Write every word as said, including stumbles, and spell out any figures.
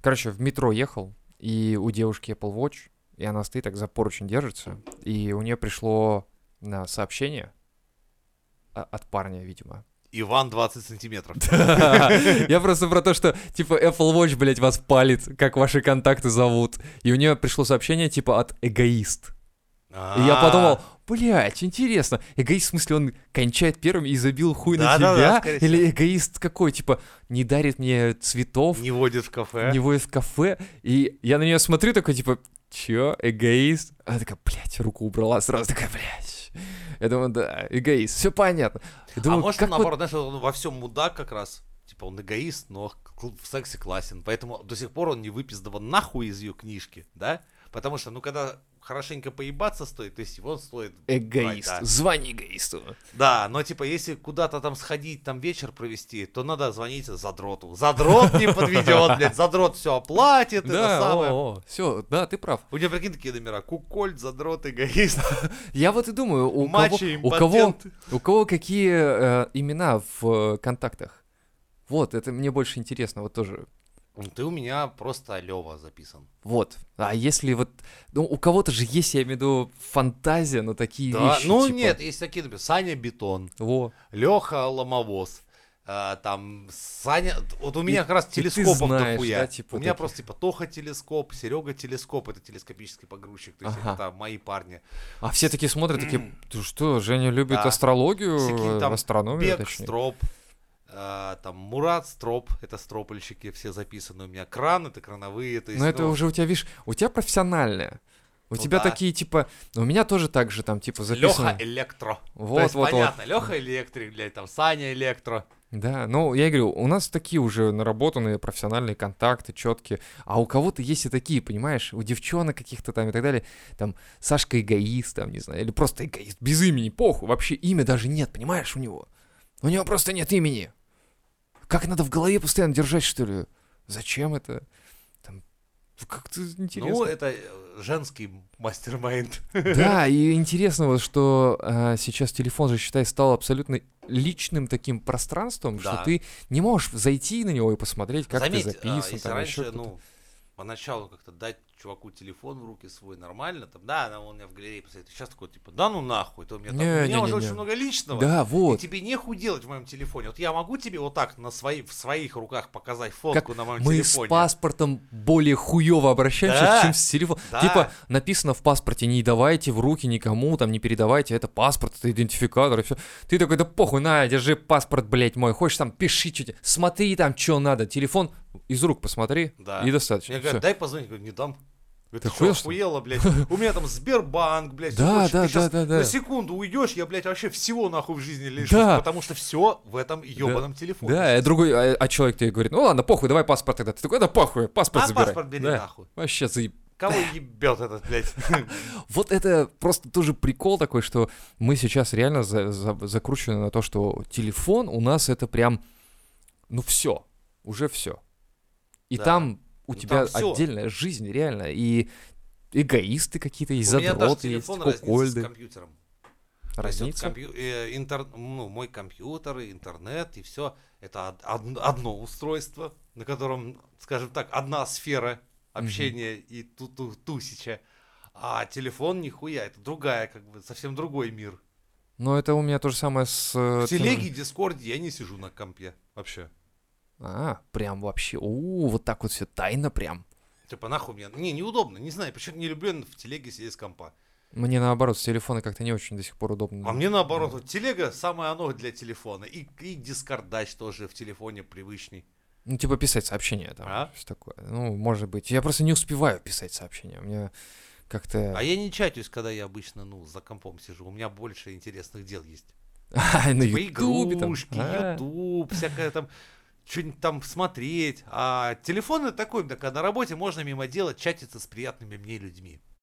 Короче, в метро ехал, и у девушки Apple Watch, и она стоит так за поручень держится, и у нее пришло на сообщение а- от парня, видимо. Иван двадцать сантиметров. Я просто про то, что, типа, Apple Watch, блядь, вас палит, как ваши контакты зовут. И у нее пришло сообщение, типа, от эгоист. И я подумал, блядь, интересно, эгоист в смысле он кончает первым и забил хуй на тебя? Или эгоист какой, типа, не дарит мне цветов, не водит в кафе. Не водит в кафе. И я на нее смотрю такой, типа, чё, эгоист? Она такая, блядь, руку убрала, сразу такая, блядь. Я думаю, да, эгоист, все понятно. Думаю, а может, как наоборот, вот... знаешь, он во всем мудак как раз. Типа он эгоист, но в сексе классен. Поэтому до сих пор он не выпиздован нахуй из ее книжки, да? Потому что, ну, когда хорошенько поебаться стоит, то есть он стоит... Эгоист, брать, да. Звони эгоисту. Да, но типа если куда-то там сходить, там вечер провести, то надо звонить задроту. Задрот не подведет, блядь, задрот все оплатит, это самое. Все, да, ты прав. У тебя, прикинь, такие номера: Кукольд, задрот, эгоист. Я вот и думаю, у Мачо, кого, у кого, у кого какие э, имена в э, контактах. Вот, это мне больше интересно, вот тоже. Ты у меня просто Лёва записан. Вот. А если вот... Ну, у кого-то же есть, я имею в виду, фантазия на такие да, вещи. ну типа... нет, есть такие, например, Саня Бетон, Во. Лёха Ломовоз, а, там Саня... Вот у меня и, как раз телескопов знаешь, дохуя. да, типа у меня таких. просто типа Тоха телескоп, Серега телескоп, это телескопический погрузчик, то есть ага. это мои парни. А все такие смотрят, такие, ты что, Женя любит да. астрологию, там астрономию, Бег, точнее. Строп. Uh, там Мурат, Строп, это стропольщики, все записаны. У меня кран, это крановые. То есть, Но это ну... уже у тебя, видишь, у тебя профессиональное. У ну, тебя да. такие, типа, у меня тоже так же, там, типа, записано. Леха Электро. Вот, то есть, вот, понятно, вот. Леха Электрик, блядь, там Саня Электро. Да, ну, я говорю, у нас такие уже наработанные профессиональные контакты, четкие. А у кого-то есть и такие, понимаешь, у девчонок каких-то там и так далее. Там, Сашка эгоист, там, не знаю, или просто эгоист, без имени, похуй. Вообще имя даже нет, понимаешь, у него. У него просто нет имени. Как надо в голове постоянно держать, что ли? Зачем это? Там, как-то интересно. Ну, это женский мастер-майнд. Да, и интересно, вот, что а, сейчас телефон же, считай, стал абсолютно личным таким пространством, да. что ты не можешь зайти на него и посмотреть, как Заметь, ты записан. А, если там, раньше, ну, поначалу как-то дать чуваку телефон в руки свой нормально, там, да, он у меня в галерее посмотрит, сейчас такой, типа, да ну нахуй, то у меня, там, не, у меня не, уже не, очень не. много личного, да, вот. и тебе нехуй делать в моем телефоне. Вот я могу тебе вот так на свои, в своих руках показать фотку как на моем мы телефоне. Мы с паспортом более хуёво обращаемся, да, чем с телефоном. Да. Типа написано в паспорте, не давайте в руки никому, там, не передавайте, это паспорт, это идентификатор, и все. Ты такой, да похуй, на, держи паспорт, блядь, мой, хочешь там, пиши, что тебе, смотри там, что надо, телефон из рук посмотри, да. и достаточно. Мне говорят, дай позвонить, говорю, не дам. Ты что, охуела, блядь? У меня там Сбербанк, блядь, да, да, да, да, да. На секунду уйдешь, я, блядь, вообще всего нахуй в жизни лишусь, да. потому что все в этом ебаном да. телефоне. Да, а другой, а, а человек тебе говорит, ну ладно, похуй, давай паспорт тогда. Ты такой, да похуй, паспорт а забирай. паспорт бери да. нахуй. Вообще заеб... Кого ебет этот, блядь? Вот это просто тоже прикол такой, что мы сейчас реально за, за, закручены на то, что телефон у нас это прям, ну все, уже все. И да. там у ну, тебя там отдельная жизнь реально, и эгоисты какие-то есть, у меня задроты даже телефон есть, кукольды. с компьютером. Разница? Вот компью... э, интер... ну, мой компьютер, интернет и все. Это од- одно устройство, на котором, скажем так, одна сфера общения mm-hmm. и ту-ту-тусича. А телефон нихуя, это другая, как бы, совсем другой мир. Ну, это у меня то же самое с... В телеге, дискорде я не сижу на компе вообще. А, прям вообще, у вот так вот все тайно прям. Типа нахуй мне, не, неудобно, не знаю, почему не люблю в телеге сидеть с компа. Мне наоборот, с телефона как-то не очень до сих пор удобно. А мне наоборот, вот телега самое оно для телефона. И, и дискордач тоже в телефоне привычный. Ну, типа писать сообщения там, а? что такое. Ну, может быть. Я просто не успеваю писать сообщения. У меня как-то... А я не чатюсь, когда я обычно, ну, за компом сижу. У меня больше интересных дел есть. А, на типа Ютубе там. игрушки, Ютуб, всякое там, что-нибудь там смотреть. А телефон это такой, когда на работе можно мимо дела чатиться с приятными мне людьми.